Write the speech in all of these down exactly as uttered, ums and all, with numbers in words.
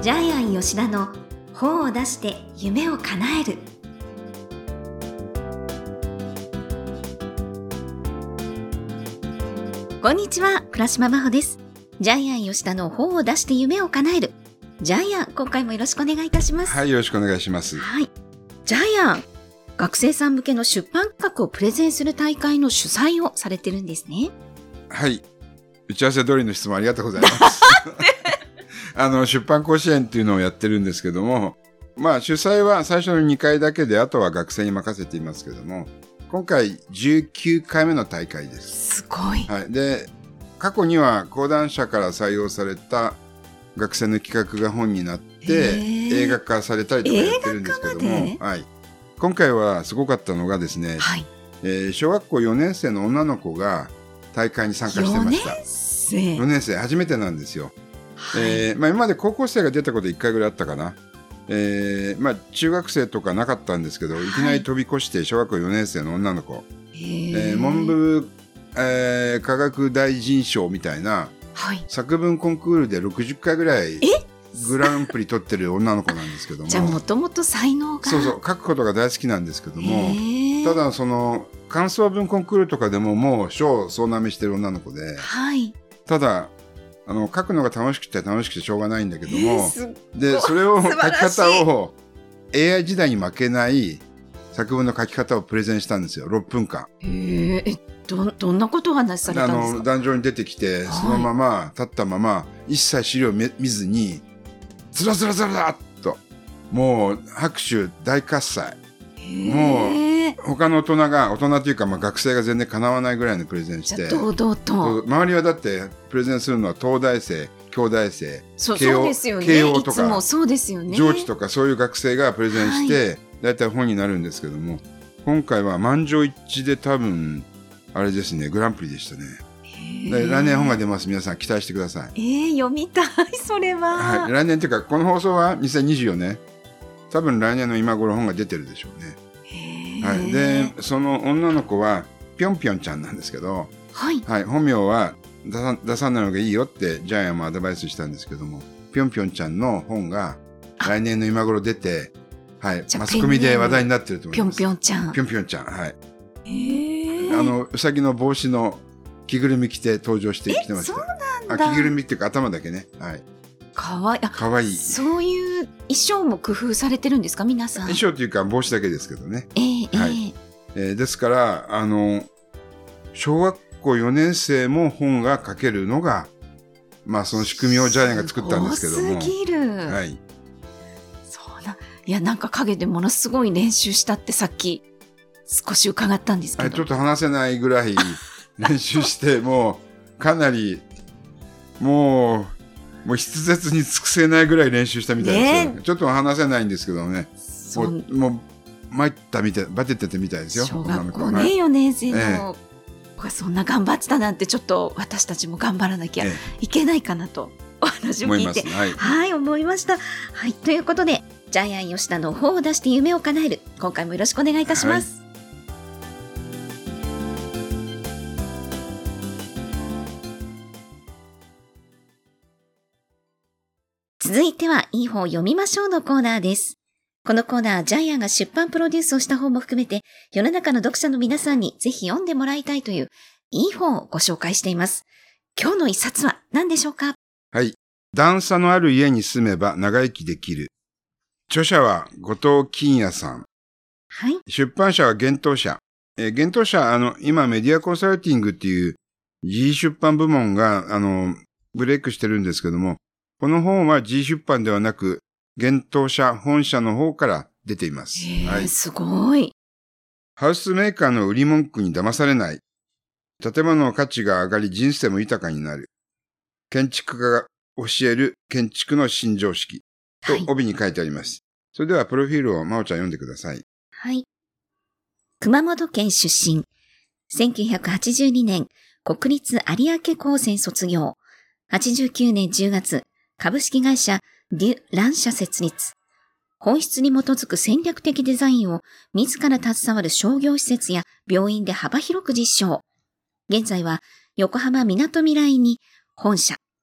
ジャイアン吉田の本を出して夢を叶える。こんにちは、倉島真帆です。ジャイアン吉田の本を出して夢を叶える。ジャイアン、今回もよろしくお願いいたします。 はい、よろしくお願いします。 はい。ジャイアン、学生さん向けの出版企画をプレゼンする大会の主催をされてるんですね。 はい。打ち合わせ通りの質問ありがとうございます。あの、出版甲子園っていうのをやってるんですけども、まあ主催は最初のにかいだけで、あとは学生に任せていますけども、今回じゅうきゅうかいめの大会です。 すごい。 はい。で、過去には講談社から採用された学生の企画が本になって映画化されたりとかやってるんですけども、はい。今回はすごかったのがですね、はい、えー、小学校よねん生の女の子が大会に参加してました。よねん生。よねん生、初めてなんですよ。はい、えー、まあ今まで高校生が出たこといっかいぐらいあったかな。えー、まあ中学生とかなかったんですけど、はい、いきなり飛び越して小学校よねん生の女の子、えー、文部、えー、科学大臣賞みたいな、はい、作文コンクールでろくじゅっかいぐらいグランプリ取ってる女の子なんですけども。 じゃあもともと才能が。 そうそう、書くことが大好きなんですけども、ただその感想文コンクールとかでももう賞総なめしてる女の子で、はい、ただあの書くのが楽しくて楽しくてしょうがないんだけども、でそれを書き方を エーアイ 時代に負けない作文の書き方をプレゼンしたんですよ、ろっぷんかん。 へえ、どどんなことを話されたんですか？あの壇上に出てきて、はい、そのまま立ったまま一切資料を見ずにずらずらずらずらっともう拍手大喝采、もう他の大人が大人というか、まあ学生が全然かなわないぐらいのプレゼンして、 堂々と周りはだってプレゼンするのは東大生、京大生、 そう慶応、 そうですよね、 慶応とかいつもそうですよね、 上智とかそういう学生がプレゼンして、はい、だいたい本になるんですけども、今回は満場一致で多分あれですね、グランプリでしたね。で来年本が出ます。皆さん期待してください。 えー、読みたい、それは。 はい、来年というかこの放送はにせんにじゅうよねん、多分来年の今頃本が出てるでしょうね。はい、でその女の子はぴょんぴょんちゃんなんですけど、はいはい、本名は出さ、出さないのがいいよってジャイアンもアドバイスしたんですけども、ぴょんぴょんちゃんの本が来年の今頃出て、はい、マスコミで話題になってると思います。 ぴょんぴょんちゃん。 ぴょんぴょんちゃん、はい。へあのうさぎの帽子の着ぐるみ着て登場してきてました。そうなんだ。あ、着ぐるみっていうか頭だけね。はい。 かわいい。 かわいい。 そういう衣装も工夫されてるんですか、皆さん。 衣装というか帽子だけですけどね。 えー、 はい。えー、ですからあの小学校よねん生も本が書けるのが、まあその仕組みをジャイアンが作ったんですけども。 すごすぎる。 はい。 そうな。いや、なんか陰でものすごい練習したってさっき少し伺ったんですけど。 ちょっと話せないぐらい練習してもうかなりもう。もう筆舌に尽くせないぐらい練習したみたいですよ、ね、ちょっと話せないんですけどね、もう、もう参ったみたい、バテててみたいですよ。 小学校ね、よねん生の子がそんな頑張ってたなんて、ちょっと私たちも頑張らなきゃいけないかなとお話を聞いて、はい、はい、思いました。はい、ということでジャイアン吉田の本を出して夢を叶える、今回もよろしくお願いいたします。はい、続いてはいい本を読みましょうのコーナーです。このコーナー、ジャイアンが出版プロデュースをした本も含めて、世の中の読者の皆さんにぜひ読んでもらいたいといういい本をご紹介しています。今日の一冊は何でしょうか？ はい。段差のある家に住めば長生きできる。著者は後藤金也さん。はい。出版社は幻冬社。えー、幻冬社、あの、今メディアコンサルティングっていう自費出版部門が、あの、ブレイクしてるんですけども、この本は自費出版ではなく、幻冬社本社の方から出ています。 へー、はい、すごい。 ハウスメーカーの売り文句に騙されない。建物の価値が上がり人生も豊かになる。建築家が教える建築の新常識。と帯に書いてあります。はい、それではプロフィールを真央ちゃん読んでください。 はい。熊本県出身。せんきゅうひゃくはちじゅうにねん国立有明高専卒業。はちじゅうきゅうねんじゅうがつ。株式会社デュ・ラン社設立。本質に基づく戦略的デザインを自ら携わる商業施設や病院で幅広く実証。現在は横浜みなとみらいに本社、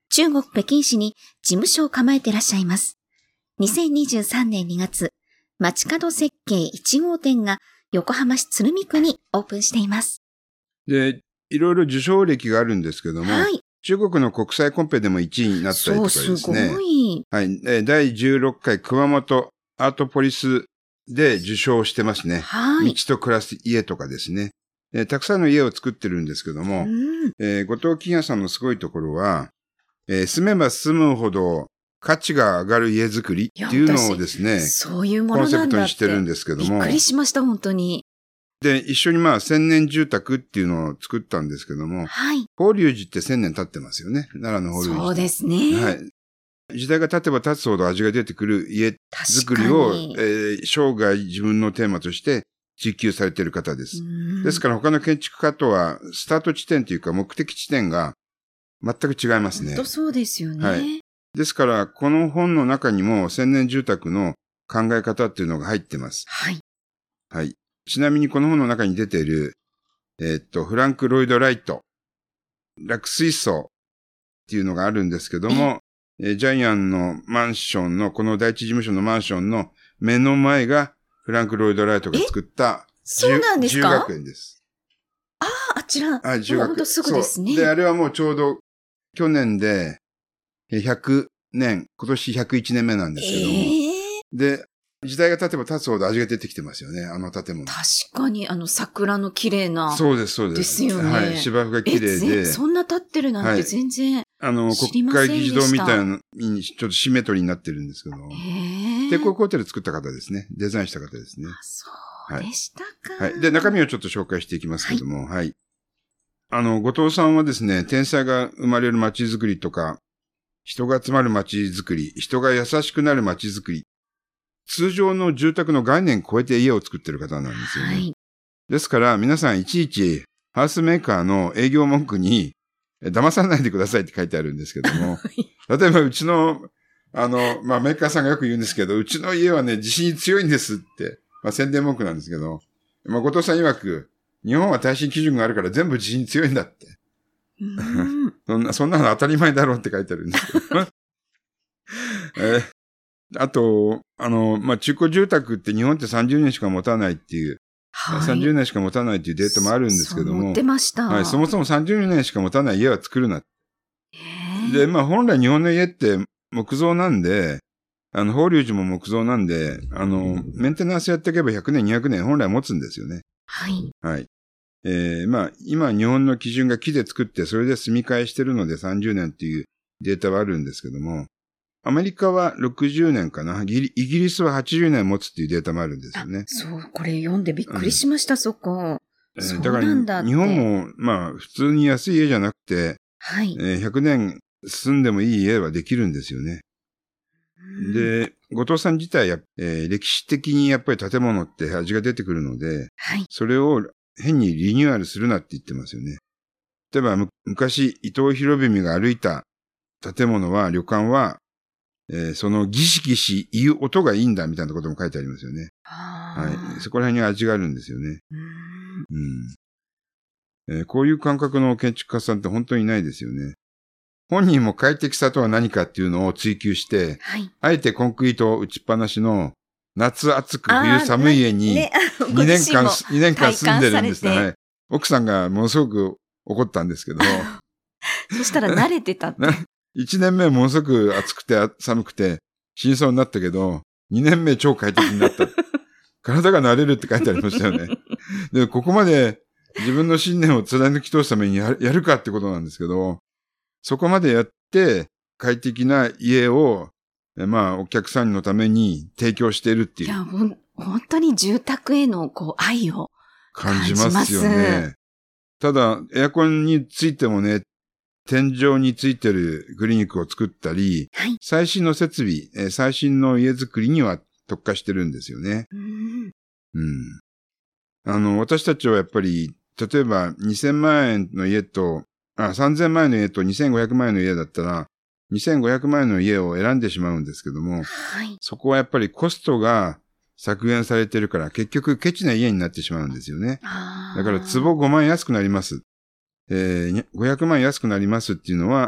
中国北京市に事務所を構えていらっしゃいます。にせんにじゅうさんねんにがつ、街角設計いち号店が横浜市鶴見区にオープンしています。 で、いろいろ受賞歴があるんですけども、 はい、 中国の国際コンペでもいちいになったりとかですね。 そう、すごい。 はい。だいじゅうろっかい熊本アートポリスで受賞してますね。 はい。 道と暮らす家とかですね。えー、たくさんの家を作ってるんですけども、 うんえー、後藤金也さんのすごいところは、えー、住めば住むほど価値が上がる家づくりっていうのをですね、 そういうものなんだってコンセプトにしてるんですけども。 びっくりしました、本当に。 で、一緒にまあ千年住宅っていうのを作ったんですけども、 はい。 法隆寺って千年経ってますよね。奈良の法隆寺。 そうですね。 はい。時代が経てば経つほど味が出てくる家づくりを、えー、生涯自分のテーマとして追求されている方です。ですから他の建築家とはスタート地点というか目的地点が全く違いますね。 本当そうですよね。 はい。ですからこの本の中にも千年住宅の考え方っていうのが入ってます。 はい。 はい。ちなみにこの本の中に出ている、えー、っと、フランク・ロイド・ライト、落水槽っていうのがあるんですけども、えー、ジャイアンのマンションの、この第一事務所のマンションの目の前がフランク・ロイド・ライトが作ったそうなんですか？ 住学園です。 ああ、あちら。 あ、住学園。 ほんとすぐですね。 で、あれはもうちょうど去年でひゃくねん、今年ひゃくいちねんめなんですけども。えー、で、時代が経てば経つほど味が出てきてますよね、あの建物。 確かに、あの桜の綺麗な。 そうです、そうです。 ですよね。 はい。芝生が綺麗で。 そんな経ってるなんて全然、はい。 あの、国会議事堂みたいな、ちょっとシメトリーになってるんですけど。へー。帝国ホテル作った方ですね。デザインした方ですね。 あ、そうでしたか。 はい。で、中身をちょっと紹介していきますけども、はい。はい、あの、後藤さんはですね、天才が生まれる街づくりとか、人が集まる街づくり、人が優しくなる街づくり、通常の住宅の概念を超えて家を作ってる方なんですよね。はい、ですから皆さんいちいちハウスメーカーの営業文句に騙さないでくださいって書いてあるんですけども、例えばうちの、あの、まあ、メーカーさんがよく言うんですけど、うちの家はね、地震に強いんですって、まあ、宣伝文句なんですけど、まあ、後藤さん曰く、日本は耐震基準があるから全部地震に強いんだって。うんそんな、そんなの当たり前だろうって書いてあるんですけど。えーあと、あの、まあ、中古住宅って日本ってさんじゅうねんしか持たないっていう、はい、さんじゅうねんしか持たないっていうデータもあるんですけども。 持ってました。 はい、そもそもさんじゅうねんしか持たない家は作るな。で、まあ、本来日本の家って木造なんで、あの、法隆寺も木造なんで、あの、メンテナンスやっていけばひゃくねん、にひゃくねん本来持つんですよね。 はい。 はい。えー、まあ、今日本の基準が木で作って、それで住み替えしてるのでさんじゅうねんっていうデータはあるんですけども、アメリカはろくじゅうねんかな。イギリスははちじゅうねん持つっていうデータもあるんですよね。 そう、これ読んでびっくりしました、うん、そこ。 えー、そうなんだって。だから日本も、まあ、普通に安い家じゃなくて、はい。えー、ひゃくねん住んでもいい家はできるんですよね。で、後藤さん自体や、えー、歴史的にやっぱり建物って味が出てくるので、はい。それを変にリニューアルするなって言ってますよね。例えば、昔、伊藤博文が歩いた建物は、旅館は、えー、そのギシギシ言う音がいいんだみたいなことも書いてありますよね。はい。そこら辺に味があるんですよね。うん、えー、こういう感覚の建築家さんって本当にいないですよね。本人も快適さとは何かっていうのを追求して、はい、あえてコンクリートを打ちっぱなしの夏暑く冬寒い家ににねんかん、にねんかん住んでるんですね。はい。奥さんがものすごく怒ったんですけど。 そしたら慣れてたって。 一年目はものすごく暑くて寒くて死にそうになったけど、二年目超快適になった。体が慣れるって書いてありましたよね。で、ここまで自分の信念を貫き通すためにやる、やるかってことなんですけど、そこまでやって快適な家を、まあお客さんのために提供しているっていう。 いや、ほん、本当に住宅へのこう愛を感じます。 感じますよね。ただ、エアコンについてもね、天井についてるクリニックを作ったり、はい、最新の設備、最新の家づくりには特化してるんですよね。うん、うん。あの、私たちはやっぱり、例えばにせんまんえんの家と、あ、さんぜんまんえんの家とにせんごひゃくまんえんの家だったら、にせんごひゃくまんえんの家を選んでしまうんですけども、はい、そこはやっぱりコストが削減されてるから、結局ケチな家になってしまうんですよね。だから坪ごまん安くなります。えー、ごひゃくまん安くなりますっていうのは、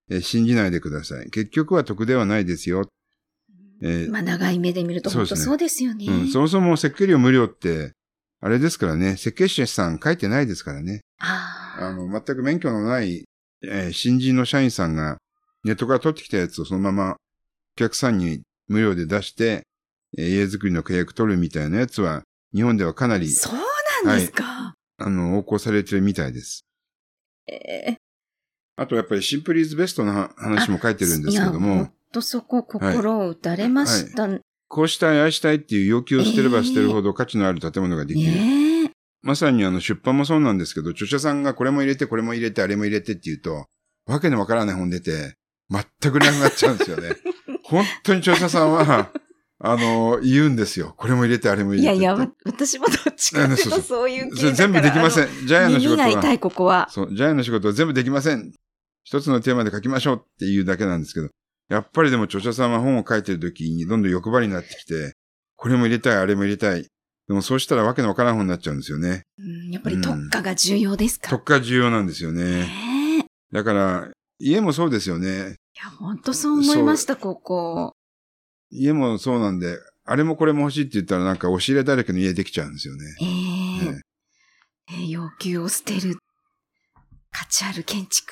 えー、信じないでください。結局は得ではないですよ。 えー、まあ長い目で見ると本当そうですよね。 うん、そもそも設計料無料って、あれですからね、設計士さん書いてないですからね。 ああの、全く免許のない、えー、新人の社員さんがネットから取ってきたやつをそのままお客さんに無料で出して、えー、家づくりの契約取るみたいなやつは、日本ではかなり。 そうなんですか。 はい、あの、横行されてるみたいです。 えー、 あとやっぱりシンプルイズベストの話も書いてるんですけども。 ほんとそこ心を打たれました、はいはい。 こうしたい、ああしたいっていう要求を捨てれば捨てるほど価値のある建物ができる。えー、まさにあの出版もそうなんですけど、著者さんがこれも入れて、これも入れて、あれも入れてって言うと、わけのわからない本出て、全くなくなっちゃうんですよね。本当に著者さんは、あの、言うんですよ。これも入れて、あれも入れて。 いやいや、私もどっちかっていうとそういう系だから。 全部できません。ジャイアンの仕事は。 耳が痛い、ここは。 そう、ジャイアンの仕事は全部できません。一つのテーマで書きましょうっていうだけなんですけど、やっぱりでも著者さんは本を書いてるときにどんどん欲張りになってきて、これも入れたい、あれも入れたい。でもそうしたらわけのわからん本になっちゃうんですよね。 うん、やっぱり特化が重要ですか、 うん、特化重要なんですよね。だから、家もそうですよね。 いや、本当そう思いました、ここ。 家もそうなんで、あれもこれも欲しいって言ったらなんか押し入れだらけの家できちゃうんですよね。 えーねえー、要求を捨てる価値ある建築。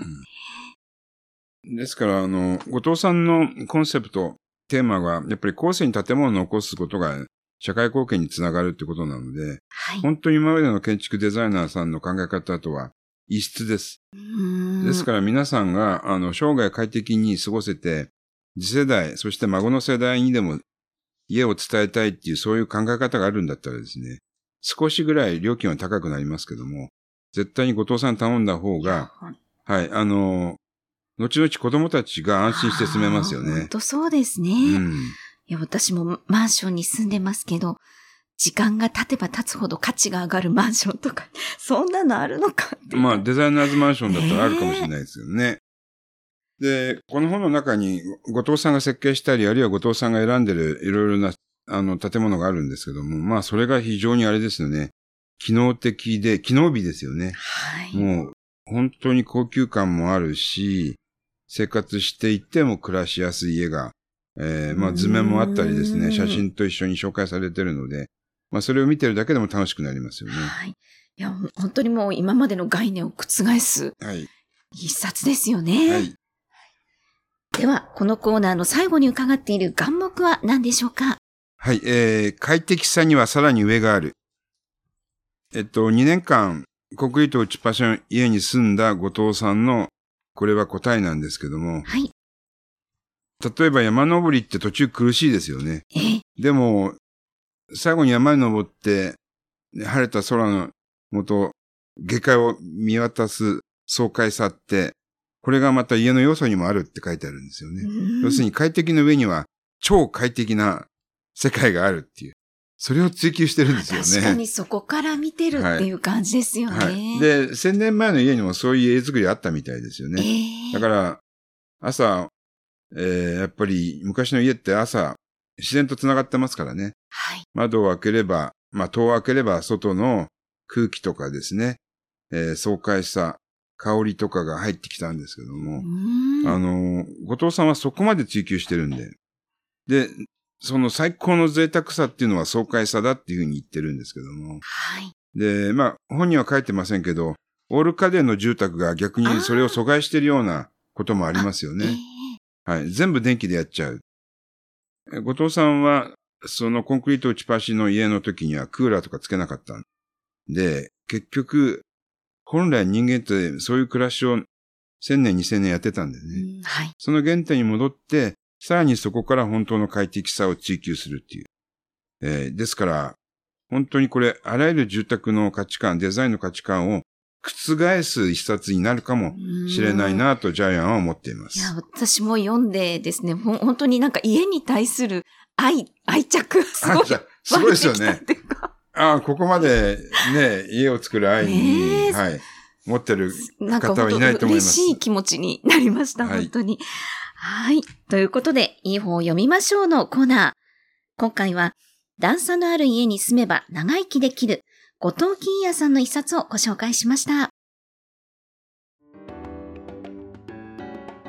うん、ですから、あの、後藤さんのコンセプト、テーマが、やっぱり後世に建物を残すことが社会貢献につながるってことなので、はい、本当に今までの建築デザイナーさんの考え方とは異質です。ですから皆さんが、あの、生涯快適に過ごせて、次世代、そして孫の世代にでも家を伝えたいっていうそういう考え方があるんだったらですね、少しぐらい料金は高くなりますけども、絶対に後藤さん頼んだ方が、はい、あの、後々子供たちが安心して住めますよね。 本当そうですね。うん、いや、私もマンションに住んでますけど、時間が経てば経つほど価値が上がるマンションとか、そんなのあるのかって。 まあ、デザイナーズマンションだったらあるかもしれないですけどね。で、この本の中に後藤さんが設計したり、あるいは後藤さんが選んでるいろいろなあの建物があるんですけども、まあそれが非常にあれですよね。機能的で、機能美ですよね。 はい。 もう本当に高級感もあるし、生活していても暮らしやすい家が、えー、まあ図面もあったりですね、写真と一緒に紹介されているので、まあそれを見てるだけでも楽しくなりますよね。 はい。いや、本当にもう今までの概念を覆す一冊ですよね。 はい。 では、このコーナーの最後に伺っている眼目は何でしょうか？ はい、えー、快適さにはさらに上がある。えっと、にねんかん、コンクリート打ちっぱしの家に住んだ後藤さんの、これは答えなんですけども。 はい。 例えば山登りって途中苦しいですよね。 えでも、最後に山に登って、晴れた空の下、下界を見渡す爽快さって、これがまた家の要素にもあるって書いてあるんですよね。要するに快適の上には超快適な世界があるっていう。それを追求してるんですよね。 確かにそこから見てるっていう感じですよね。はいはい、 で、千年前の家にもそういう家作りあったみたいですよね。 えー、 だから、朝、えー、やっぱり昔の家って朝、自然と繋がってますからね。 はい、 窓を開ければ、まあ、戸を開ければ外の空気とかですね、えー、爽快さ、香りとかが入ってきたんですけども、あの、後藤さんはそこまで追求してるんで、で、その最高の贅沢さっていうのは爽快さだっていうふうに言ってるんですけども、 はい。 で、まあ、本には書いてませんけど、オール家電の住宅が逆にそれを阻害してるようなこともありますよね。えー、はい。全部電気でやっちゃう。後藤さんは、そのコンクリート打ちっぱしの家の時にはクーラーとかつけなかったんで、結局、本来人間ってそういう暮らしを千年、二千年やってたんだよね。 うん、はい。 その原点に戻って、さらにそこから本当の快適さを追求するっていう。えー、ですから、本当にこれ、あらゆる住宅の価値観、デザインの価値観を覆す一冊になるかもしれないなとジャイアンは思っています。 いや、私も読んでですね、ほ本当になんか家に対する愛、愛着がすごい。 すごいですよね。ああ、ここまでね、家を作る愛に、はい、持ってる方はいないと思います。 嬉しい気持ちになりました、はい、本当に。はい。ということで、いい本を読みましょうのコーナー。今回は、段差のある家に住めば長生きできる、後藤金也さんの一冊をご紹介しました。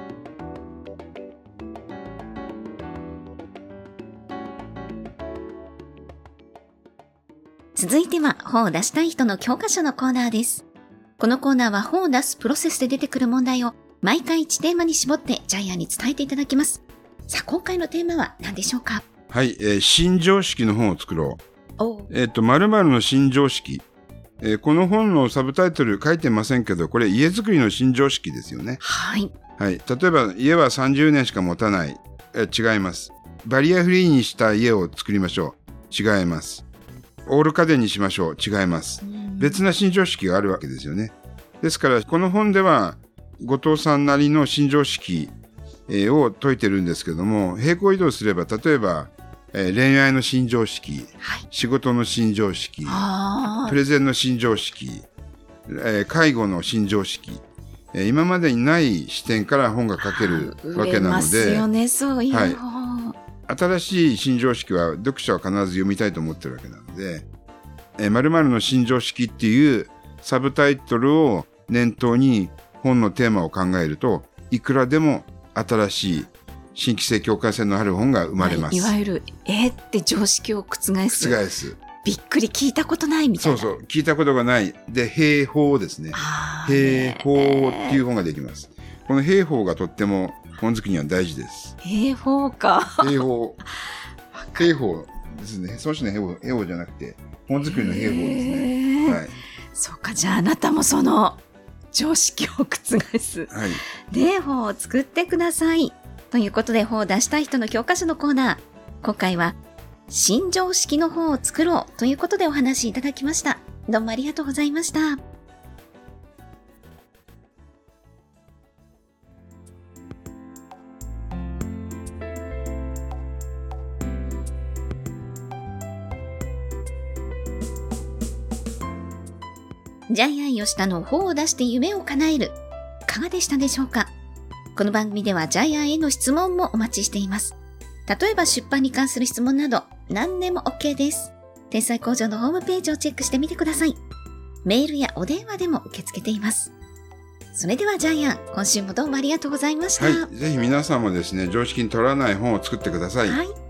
続いては本を出したい人の教科書のコーナーです。このコーナーは本を出すプロセスで出てくる問題を毎回いちテーマに絞ってジャイアンに伝えていただきます。さあ、今回のテーマは何でしょうか？ はい、えー、新常識の本を作ろう。 おえっと、〇〇の新常識。えー、この本のサブタイトル書いてませんけど、これ家づくりの新常識ですよね。 はい。 はい。例えば家はさんじゅうねんしか持たない。えー、違います。バリアフリーにした家を作りましょう。違います。オール家電にしましょう。違います。別な新常識があるわけですよね。ですから、この本では、後藤さんなりの新常識、えー、を説いてるんですけども、平行移動すれば、例えば、えー、恋愛の新常識、はい、仕事の新常識、プレゼンの新常識、えー、介護の新常識、えー、今までにない視点から本が書けるわけなので、 ますよね、そういう、はい新しい新常識は読者は必ず読みたいと思ってるわけなので、えー、〇〇の新常識っていうサブタイトルを念頭に本のテーマを考えると、いくらでも新しい新規性境界線のある本が生まれます。 いわゆる、えー、って常識を覆す。 覆す。 びっくり聞いたことないみたいな。 そうそう、聞いたことがない。で、兵法ですね。兵法っていう本ができます。この兵法がとっても本作りには大事です。 兵法か。 兵法。兵法ですね。創始の兵法、兵法じゃなくて、本作りの兵法ですね。はい。 そうか、じゃああなたもその常識を覆す。はい。で、本を作ってください。ということで、本を出したい人の教科書のコーナー。今回は、新常識の本を作ろうということでお話しいただきました。どうもありがとうございました。ジャイアン吉田の本を出して夢を叶える。いかがでしたでしょうか？この番組ではジャイアンへの質問もお待ちしています。例えば出版に関する質問など何でも OK です。天才工場のホームページをチェックしてみてください。メールやお電話でも受け付けています。それではジャイアン、今週もどうもありがとうございました。 はい、ぜひ皆さんもですね、常識にとらない本を作ってください。 はい。